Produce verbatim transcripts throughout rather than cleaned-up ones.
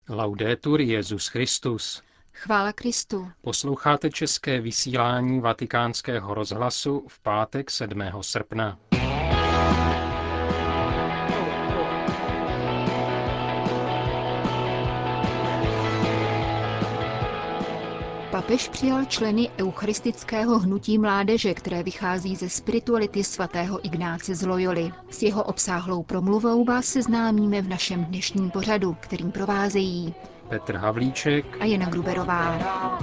Laudetur Jesus Christus. Chvála Kristu. Posloucháte české vysílání Vatikánského rozhlasu v pátek sedmého srpna. Papež přijal členy eucharistického hnutí mládeže, které vychází ze spirituality svatého Ignáce z Loyoly. S jeho obsáhlou promluvou vás seznámíme v našem dnešním pořadu, kterým provázejí Petr Havlíček a Jana Gruberová.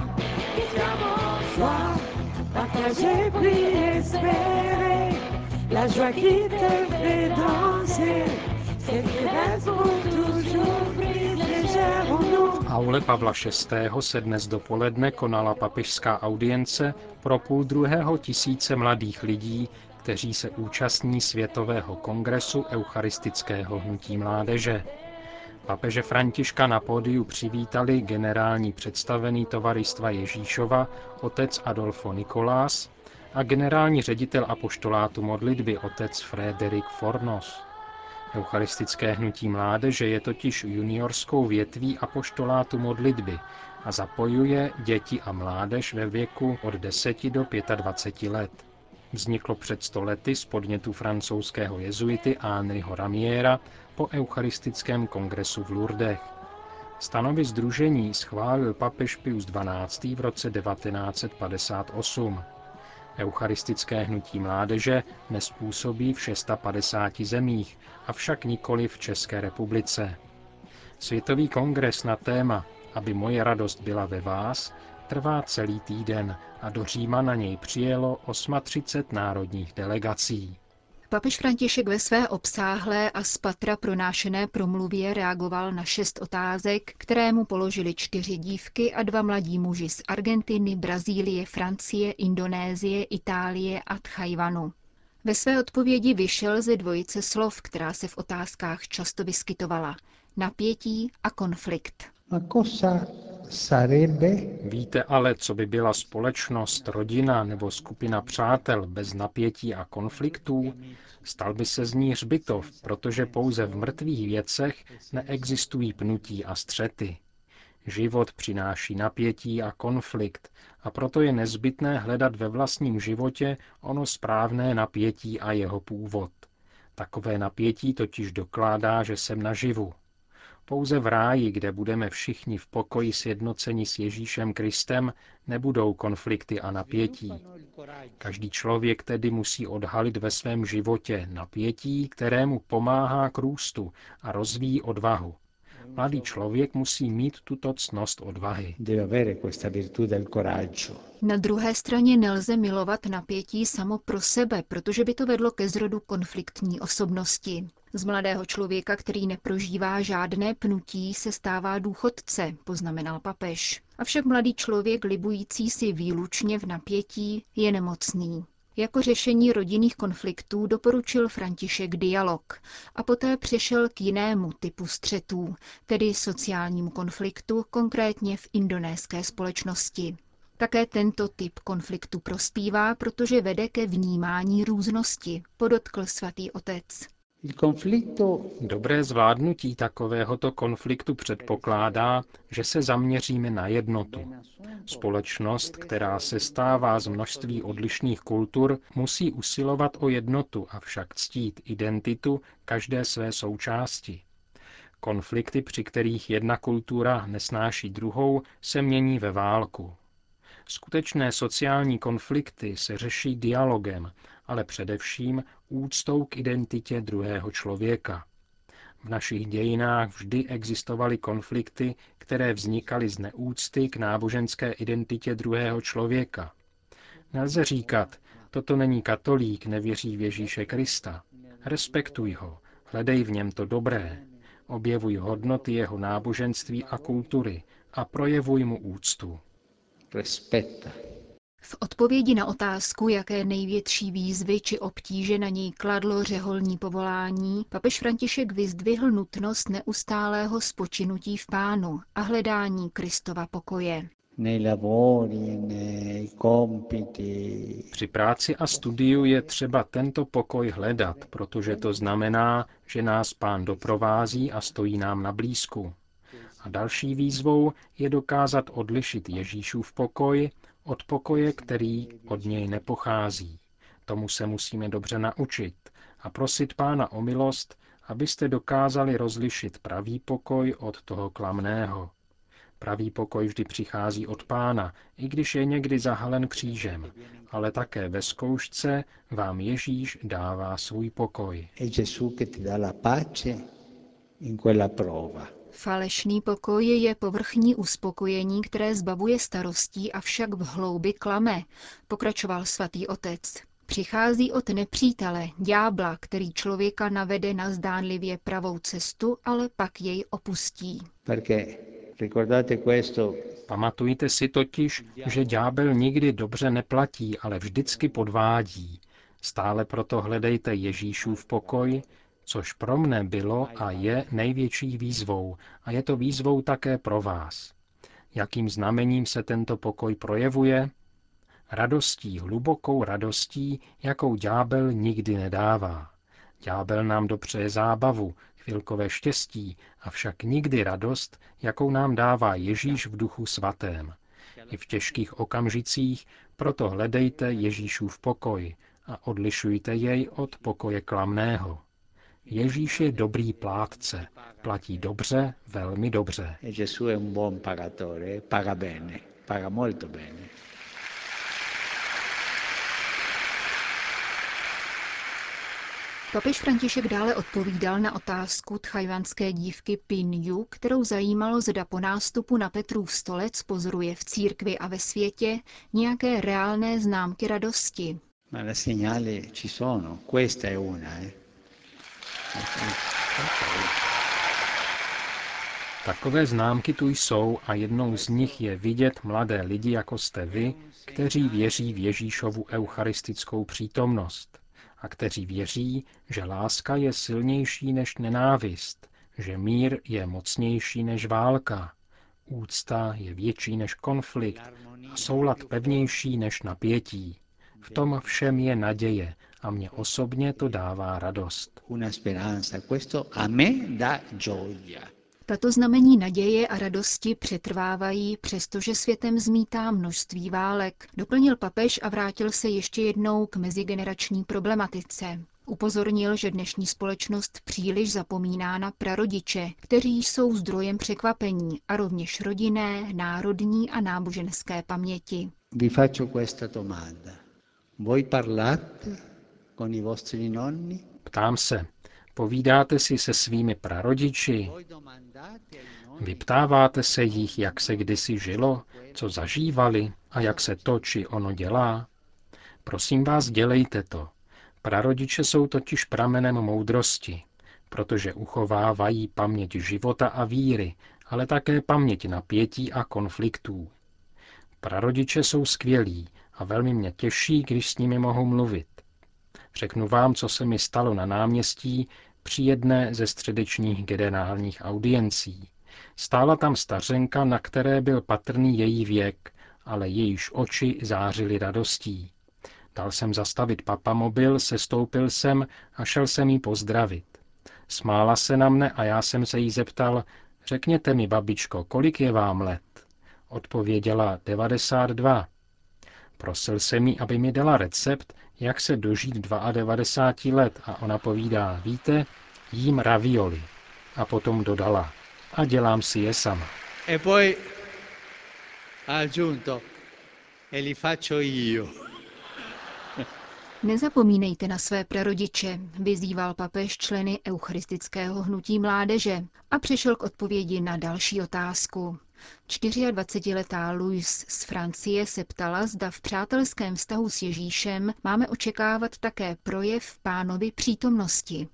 V aule Pavla šestého. se dnes dopoledne konala papežská audience pro půl druhého tisíce mladých lidí, kteří se účastní Světového kongresu eucharistického hnutí mládeže. Papeže Františka na pódiu přivítali generální představený Tovaristva Ježíšova otec Adolfo Nicolás a generální ředitel apoštolátu modlitby otec Frédéric Fornos. Eucharistické hnutí mládeže je totiž juniorskou větví apoštolátu modlitby a zapojuje děti a mládež ve věku od deseti do dvaceti pěti let. Vzniklo před sto lety z podnětu francouzského jezuity Henryho Ramiera po eucharistickém kongresu v Lourdech. Stanovy sdružení schválil papež Pius dvanáctý. v roce devatenáct set padesát osm. Eucharistické hnutí mládeže dnes působí v padesáti šesti zemích, avšak nikoli v České republice. Světový kongres na téma Aby moje radost byla ve vás trvá celý týden a do Říma na něj přijelo třicet osm národních delegací. Papež František ve své obsáhlé a z patra pronášené promluvě reagoval na šest otázek, které mu položili čtyři dívky a dva mladí muži z Argentiny, Brazílie, Francie, Indonésie, Itálie a Tchajvanu. Ve své odpovědi vyšel ze dvojice slov, která se v otázkách často vyskytovala: napětí a konflikt. Víte ale, co by byla společnost, rodina nebo skupina přátel bez napětí a konfliktů? Stal by se z ní hřbitov, protože pouze v mrtvých věcech neexistují pnutí a střety. Život přináší napětí a konflikt a proto je nezbytné hledat ve vlastním životě ono správné napětí a jeho původ. Takové napětí totiž dokládá, že jsem naživu. Pouze v ráji, kde budeme všichni v pokoji sjednoceni s Ježíšem Kristem, nebudou konflikty a napětí. Každý člověk tedy musí odhalit ve svém životě napětí, kterému pomáhá k růstu a rozvíjí odvahu. Mladý člověk musí mít tuto ctnost odvahy. Na druhé straně nelze milovat napětí samo pro sebe, protože by to vedlo ke zrodu konfliktní osobnosti. Z mladého člověka, který neprožívá žádné pnutí, se stává důchodce, poznamenal papež. Avšak mladý člověk, libující si výlučně v napětí, je nemocný. Jako řešení rodinných konfliktů doporučil František dialog a poté přešel k jinému typu střetů, tedy sociálnímu konfliktu, konkrétně v indonéské společnosti. Také tento typ konfliktu prospívá, protože vede ke vnímání různosti, podotkl svatý otec. Dobré zvládnutí takovéhoto konfliktu předpokládá, že se zaměříme na jednotu. Společnost, která se stává z množství odlišných kultur, musí usilovat o jednotu, avšak ctít identitu každé své součásti. Konflikty, při kterých jedna kultura nesnáší druhou, se mění ve válku. Skutečné sociální konflikty se řeší dialogem, ale především úctou k identitě druhého člověka. V našich dějinách vždy existovaly konflikty, které vznikaly z neúcty k náboženské identitě druhého člověka. Nelze říkat, toto není katolík, nevěří v Ježíše Krista. Respektuj ho, hledej v něm to dobré, objevuj hodnoty jeho náboženství a kultury a projevuj mu úctu. Respetta. V odpovědi na otázku, jaké největší výzvy či obtíže na něj kladlo řeholní povolání, papež František vyzdvihl nutnost neustálého spočinutí v Pánu a hledání Kristova pokoje. Při práci a studiu je třeba tento pokoj hledat, protože to znamená, že nás Pán doprovází a stojí nám na blízku. A další výzvou je dokázat odlišit Ježíšův pokoj od pokoje, který od něj nepochází. Tomu se musíme dobře naučit a prosit Pána o milost, abyste dokázali rozlišit pravý pokoj od toho klamného. Pravý pokoj vždy přichází od Pána, i když je někdy zahalen křížem, ale také ve zkoušce vám Ježíš dává svůj pokoj. Falešný pokoj je povrchní uspokojení, které zbavuje starostí, avšak v hloubi klame, pokračoval svatý otec. Přichází od nepřítele, ďábla, který člověka navede na zdánlivě pravou cestu, ale pak jej opustí. Pamatujte si totiž, že ďábel nikdy dobře neplatí, ale vždycky podvádí. Stále proto hledejte Ježíšův pokoj, což pro mne bylo a je největší výzvou a je to výzvou také pro vás. Jakým znamením se tento pokoj projevuje? Radostí, hlubokou radostí, jakou ďábel nikdy nedává. Ďábel nám dopřeje zábavu, chvilkové štěstí, avšak nikdy radost, jakou nám dává Ježíš v Duchu Svatém. I v těžkých okamžicích proto hledejte Ježíšův pokoj a odlišujte jej od pokoje klamného. Ježíš je dobrý plátce, platí dobře, velmi dobře. Papež František dále odpovídal na otázku tchajwanské dívky Pin Yu, kterou zajímalo, zda po nástupu na Petrův stolec pozoruje v církvi a ve světě nějaké reálné známky radosti. Takové známky tu jsou a jednou z nich je vidět mladé lidi, jako jste vy, kteří věří v Ježíšovu eucharistickou přítomnost a kteří věří, že láska je silnější než nenávist, že mír je mocnější než válka, úcta je větší než konflikt a soulad pevnější než napětí. V tom všem je naděje a mně osobně to dává radost. Tato znamení naděje a radosti přetrvávají, přestože světem zmítá množství válek, doplnil papež a vrátil se ještě jednou k mezigenerační problematice. Upozornil, že dnešní společnost příliš zapomíná na prarodiče, kteří jsou zdrojem překvapení a rovněž rodinné, národní a náboženské paměti. Vi faccio questa domanda. Voi parlate con i vostri nonni? Ptám se, povídáte si se svými prarodiči? Vyptáváte se jich, jak se kdysi žilo, co zažívali a jak se to či ono dělá? Prosím vás, dělejte to. Prarodiče jsou totiž pramenem moudrosti, protože uchovávají paměť života a víry, ale také paměť napětí a konfliktů. Prarodiče jsou skvělí a velmi mě těší, když s nimi mohu mluvit. Řeknu vám, co se mi stalo na náměstí při jedné ze středečních generálních audiencí. Stála tam stařenka, na které byl patrný její věk, ale jejíž oči zářily radostí. Dal jsem zastavit papamobil, sestoupil jsem a šel jsem jí pozdravit. Smála se na mne a já jsem se jí zeptal, řekněte mi, babičko, kolik je vám let? Odpověděla devadesát dva. Prosil jsem jí, aby mi dala recept, jak se dožít devadesát dva let a ona povídá, víte, jím ravioli. A potom dodala, a dělám si je sama. E poi ha aggiunto, e li faccio io. Nezapomínejte na své prarodiče, vyzýval papež členy eucharistického hnutí mládeže a přešel k odpovědi na další otázku. dvacetičtyřletá Louise z Francie se ptala, zda v přátelském vztahu s Ježíšem máme očekávat také projev Pánovy přítomnosti.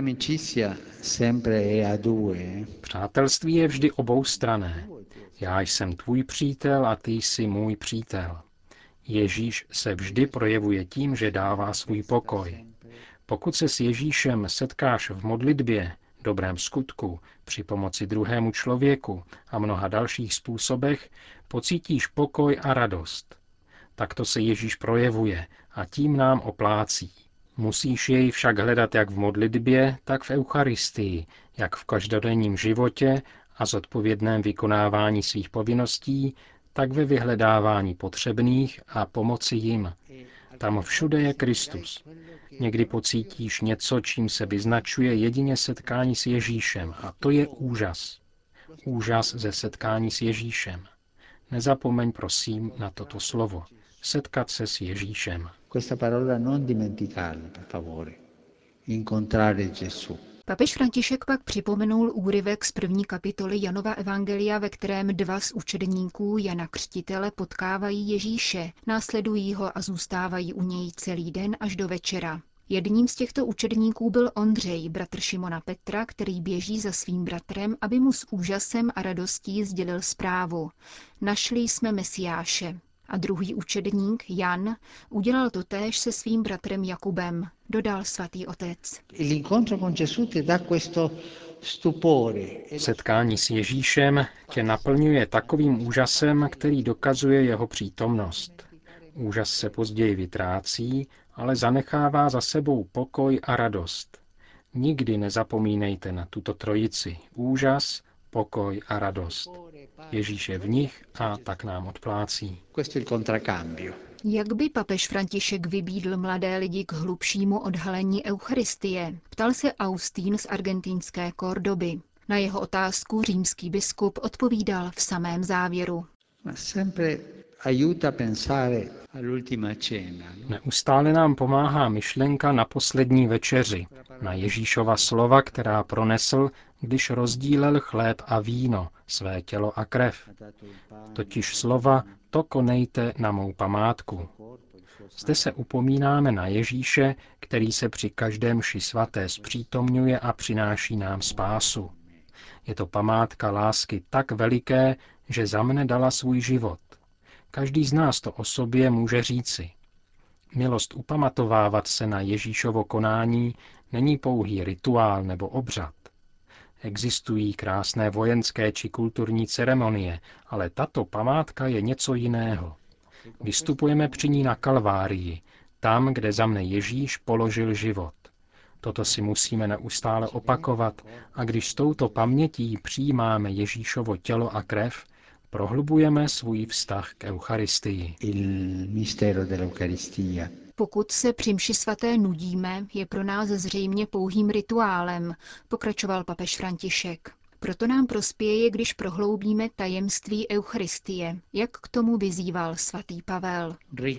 Přátelství je vždy oboustranné. Já jsem tvůj přítel a ty jsi můj přítel. Ježíš se vždy projevuje tím, že dává svůj pokoj. Pokud se s Ježíšem setkáš v modlitbě, dobrém skutku, při pomoci druhému člověku a mnoha dalších způsobech, pocítíš pokoj a radost. Takto se Ježíš projevuje a tím nám oplácí. Musíš jej však hledat jak v modlitbě, tak v Eucharistii, jak v každodenním životě a zodpovědném vykonávání svých povinností, tak ve vyhledávání potřebných a pomoci jim. Tam všude je Kristus. Někdy pocítíš něco, čím se vyznačuje jedině setkání s Ježíšem, a to je úžas. Úžas ze setkání s Ježíšem. Nezapomeň prosím na toto slovo. Setkat se s Ježíšem. Questa parola non dimenticarla, per favore. Incontrare Gesù. Papež František pak připomenul úryvek z první kapitoly Janova evangelia, ve kterém dva z učedníků Jana Křtitele potkávají Ježíše, následují ho a zůstávají u něj celý den až do večera. Jedním z těchto učedníků byl Ondřej, bratr Šimona Petra, který běží za svým bratrem, aby mu s úžasem a radostí sdělil zprávu. Našli jsme Mesiáše. A druhý učedník, Jan, udělal totéž se svým bratrem Jakubem, dodal svatý otec. Setkání s Ježíšem tě naplňuje takovým úžasem, který dokazuje jeho přítomnost. Úžas se později vytrácí, ale zanechává za sebou pokoj a radost. Nikdy nezapomínejte na tuto trojici. Úžas, pokoj a radost. Ježíš je v nich a tak nám odplácí. Jak by papež František vybídl mladé lidi k hlubšímu odhalení Eucharistie? Ptal se Augustín z argentinské Cordoby. Na jeho otázku římský biskup odpovídal v samém závěru. Neustále nám pomáhá myšlenka na poslední večeři, na Ježíšova slova, která pronesl, když rozdílel chléb a víno, své tělo a krev. Totiž slova, to konejte na mou památku. Zde se upomínáme na Ježíše, který se při každém mši svaté zpřítomňuje a přináší nám spásu. Je to památka lásky tak veliké, že za mne dala svůj život. Každý z nás to o sobě může říci. Milost upamatovávat se na Ježíšovo konání není pouhý rituál nebo obřad. Existují krásné vojenské či kulturní ceremonie, ale tato památka je něco jiného. Vystupujeme při ní na Kalvárii, tam, kde za mne Ježíš položil život. Toto si musíme neustále opakovat a když s touto pamětí přijímáme Ježíšovo tělo a krev, prohlubujeme svůj vztah k Eucharistii. Pokud se při mši svaté nudíme, je pro nás zřejmě pouhým rituálem, pokračoval papež František. Proto nám prospěje, když prohloubíme tajemství Eucharistie, jak k tomu vyzýval svatý Pavel.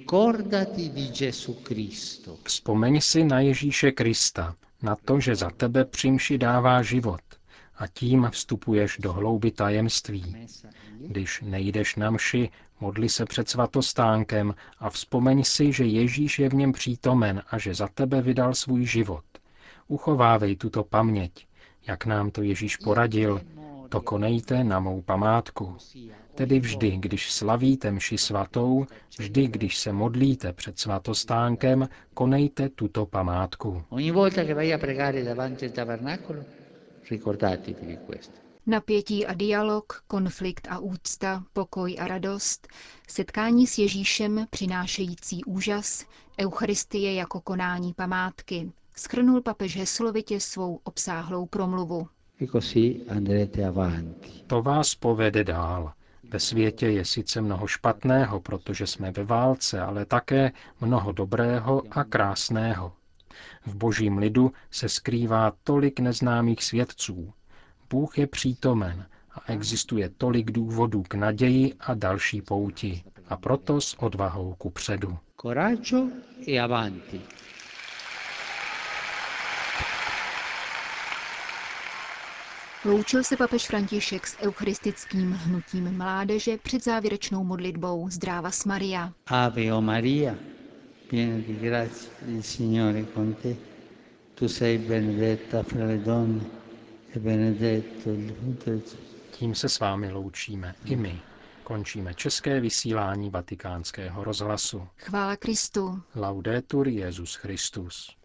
Vzpomeň si na Ježíše Krista, na to, že za tebe při mši dává život a tím vstupuješ do hlouby tajemství. Když nejdeš na mši, modli se před svatostánkem a vzpomeň si, že Ježíš je v něm přítomen a že za tebe vydal svůj život. Uchovávej tuto paměť, jak nám to Ježíš poradil, to konejte na mou památku. Tedy vždy, když slavíte mši svatou, vždy, když se modlíte před svatostánkem, konejte tuto památku. Napětí a dialog, konflikt a úcta, pokoj a radost, setkání s Ježíšem přinášející úžas, Eucharistie jako konání památky, shrnul papež heslovitě svou obsáhlou promluvu. To vás povede dál. Ve světě je sice mnoho špatného, protože jsme ve válce, ale také mnoho dobrého a krásného. V božím lidu se skrývá tolik neznámých svědců. Bůh je přítomen a existuje tolik důvodů k naději a další pouti. A proto s odvahou kupředu. Coraggio e avanti. Loučil se papež František s eucharistickým hnutím mládeže před závěrečnou modlitbou Zdravas Maria. Ave o Maria, piena di grazia, il Signore è con te. Tu sei benedetta fra le donne e benedetto il frutto del tuo. Tím se s vámi loučíme i my. Končíme české vysílání Vatikánského rozhlasu. Chvála Kristu. Laudetur Jesus Christus.